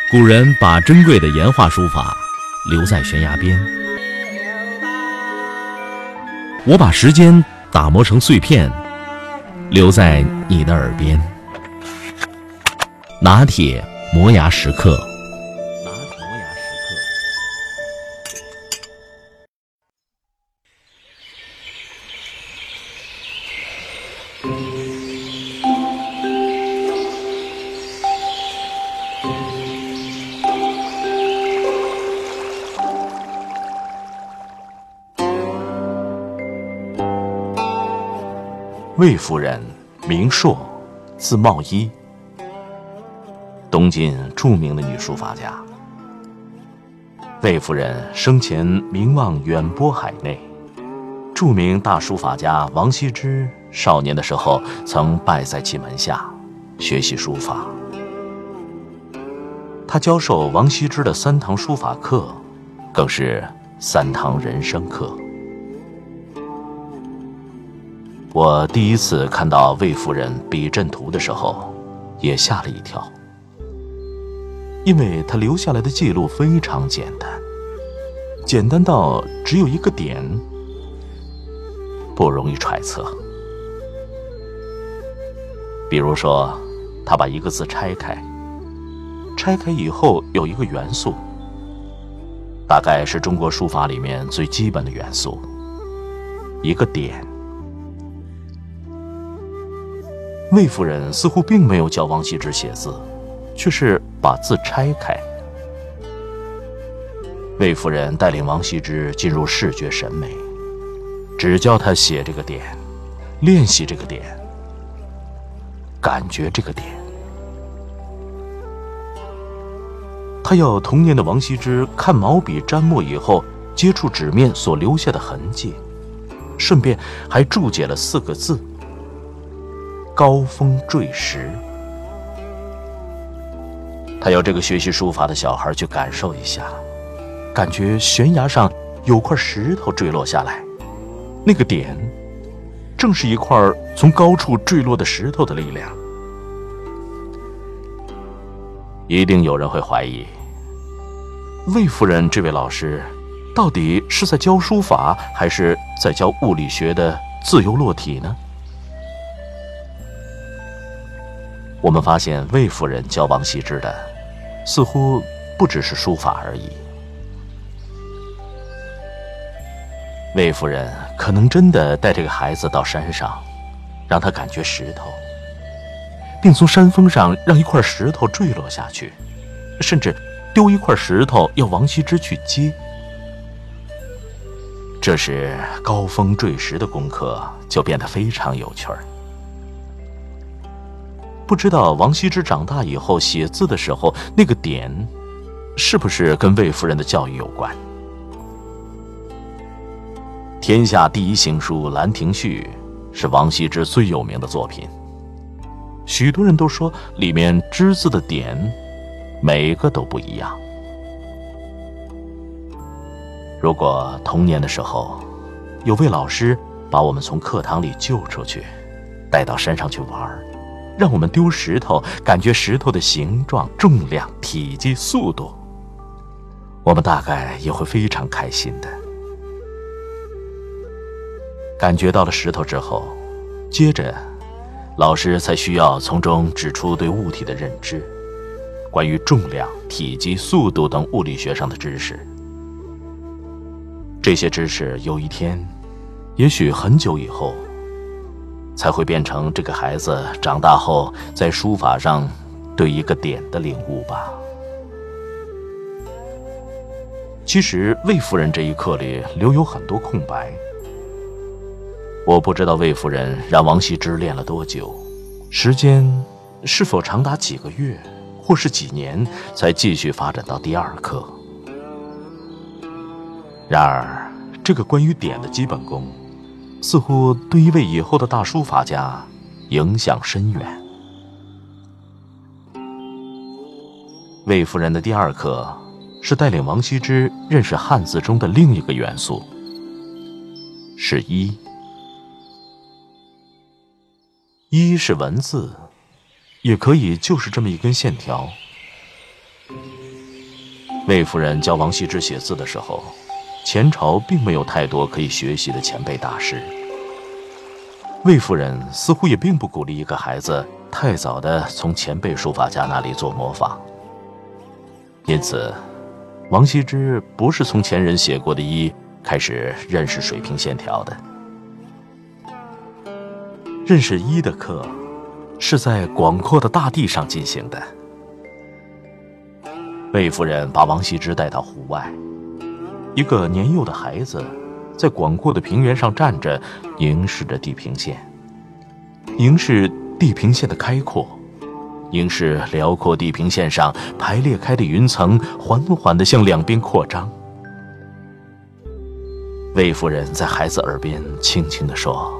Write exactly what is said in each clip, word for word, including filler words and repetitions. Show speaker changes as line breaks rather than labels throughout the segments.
古人把珍贵的岩画书法留在悬崖边，我把时间打磨成碎片，留在你的耳边。拿铁磨牙时刻。
魏夫人，名硕，字茂一，东晋著名的女书法家。魏夫人生前名望远播海内，著名大书法家王羲之少年的时候曾拜在其门下学习书法。他教授王羲之的三堂书法课，更是三堂人生课。我第一次看到魏夫人笔阵图的时候，也吓了一跳，因为她留下来的记录非常简单，简单到只有一个点，不容易揣测。比如说，她把一个字拆开，拆开以后有一个元素，大概是中国书法里面最基本的元素，一个点。魏夫人似乎并没有教王羲之写字，却是把字拆开。魏夫人带领王羲之进入视觉审美，只教他写这个点，练习这个点，感觉这个点。他要童年的王羲之看毛笔沾墨以后接触纸面所留下的痕迹，顺便还注解了四个字：高峰坠石。他要这个学习书法的小孩去感受一下，感觉悬崖上有块石头坠落下来，那个点正是一块从高处坠落的石头的力量。一定有人会怀疑，魏夫人这位老师到底是在教书法，还是在教物理学的自由落体呢？我们发现魏夫人教王羲之的似乎不只是书法而已。魏夫人可能真的带这个孩子到山上，让他感觉石头，并从山峰上让一块石头坠落下去，甚至丢一块石头要王羲之去接。这时高峰坠石的功课就变得非常有趣儿。不知道王羲之长大以后写字的时候，那个点是不是跟魏夫人的教育有关？天下第一行书《兰亭序》是王羲之最有名的作品，许多人都说里面之字的点每个都不一样。如果童年的时候有位老师把我们从课堂里救出去，带到山上去玩，让我们丢石头，感觉石头的形状、重量、体积、速度，我们大概也会非常开心的。感觉到了石头之后，接着老师才需要从中指出对物体的认知，关于重量、体积、速度等物理学上的知识。这些知识有一天，也许很久以后，才会变成这个孩子长大后在书法上对一个点的领悟吧。其实魏夫人这一课里留有很多空白，我不知道魏夫人让王羲之练了多久，时间是否长达几个月或是几年才继续发展到第二课。然而这个关于点的基本功似乎对一位以后的大书法家影响深远。魏夫人的第二课是带领王羲之认识汉字中的另一个元素，是一。一是文字，也可以就是这么一根线条， 魏夫人教王羲之写字的时候，前朝并没有太多可以学习的前辈大师。魏夫人似乎也并不鼓励一个孩子太早地从前辈书法家那里做模仿。因此，王羲之不是从前人写过的一开始认识水平线条的。认识一的课是在广阔的大地上进行的。魏夫人把王羲之带到湖外，一个年幼的孩子在广阔的平原上站着，凝视着地平线，凝视地平线的开阔，凝视辽阔地平线上排列开的云层缓缓地向两边扩张。魏夫人在孩子耳边轻轻地说：“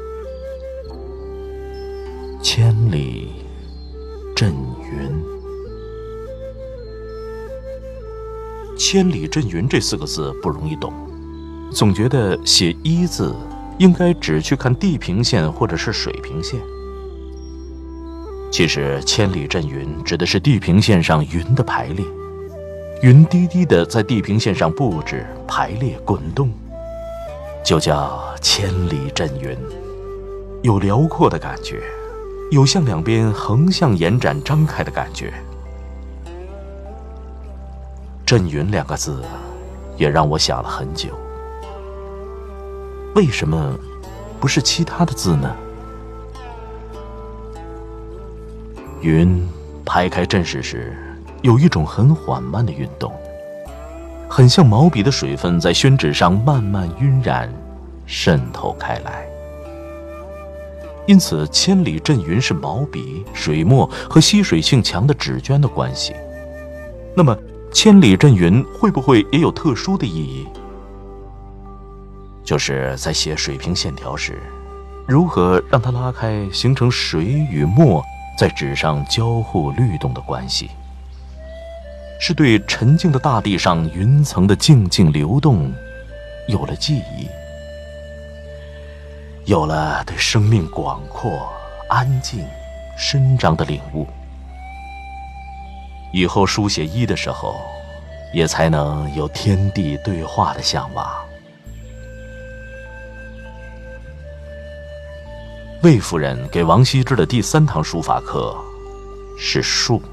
千里阵云。”千里阵云这四个字不容易懂，总觉得写一字应该只去看地平线或者是水平线。其实千里阵云指的是地平线上云的排列，云低低的在地平线上布置排列滚动，就叫千里阵云，有辽阔的感觉，有向两边横向延展张开的感觉。阵云两个字也让我想了很久，为什么不是其他的字呢？云排开阵势时，有一种很缓慢的运动，很像毛笔的水分在宣纸上慢慢晕染渗透开来。因此千里阵云是毛笔、水墨和吸水性强的纸绢的关系。那么千里阵云会不会也有特殊的意义？就是在写水平线条时，如何让它拉开，形成水与墨在纸上交互律动的关系，是对沉静的大地上云层的静静流动有了记忆，有了对生命广阔、安静、伸张的领悟。以后书写一的时候，也才能有天地对话的向往。魏夫人给王羲之的第三堂书法课是竖，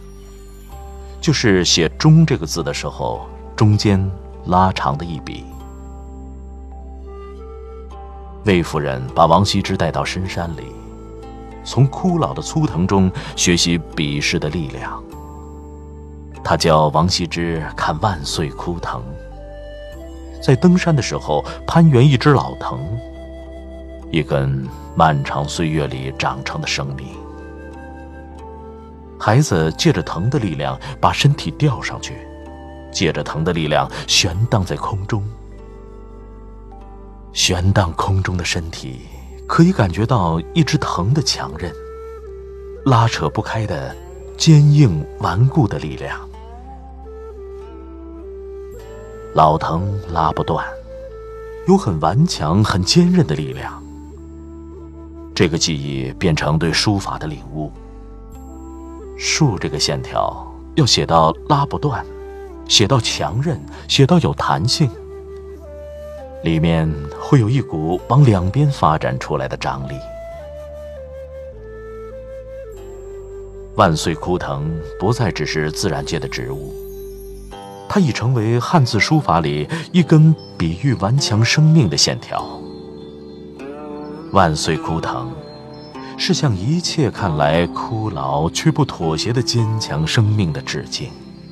就是写中这个字的时候，中间拉长的一笔。魏夫人把王羲之带到深山里，从枯老的粗藤中学习笔势的力量。他教王羲之看万岁枯藤，在登山的时候攀援一只老藤，一根漫长岁月里长成的生命。孩子借着藤的力量把身体吊上去，借着藤的力量悬荡在空中。悬荡空中的身体可以感觉到一只藤的强韧，拉扯不开的坚硬顽固的力量。老藤拉不断，有很顽强很坚韧的力量。这个记忆变成对书法的领悟。竖这个线条要写到拉不断，写到强韧，写到有弹性，里面会有一股往两边发展出来的张力。万岁枯藤不再只是自然界的植物，它已成为汉字书法里一根比喻顽强生命的线条。万岁枯藤是向一切看来枯老却不妥协的坚强生命的致敬。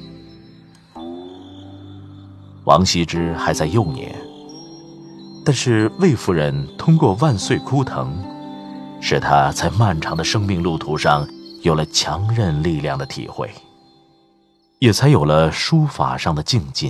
王羲之还在幼年，但是魏夫人通过万岁枯藤，使他在漫长的生命路途上有了强韧力量的体会，也才有了书法上的精进。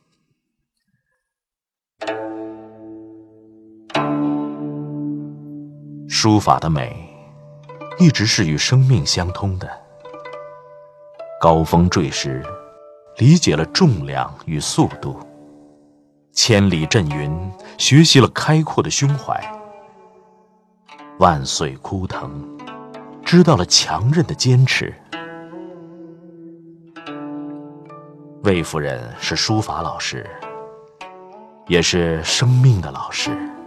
书法的美一直是与生命相通的。高峰坠石理解了重量与速度，千里阵云学习了开阔的胸怀，万岁枯藤知道了强韧的坚持。 魏夫人是书法老师，也是生命的老师。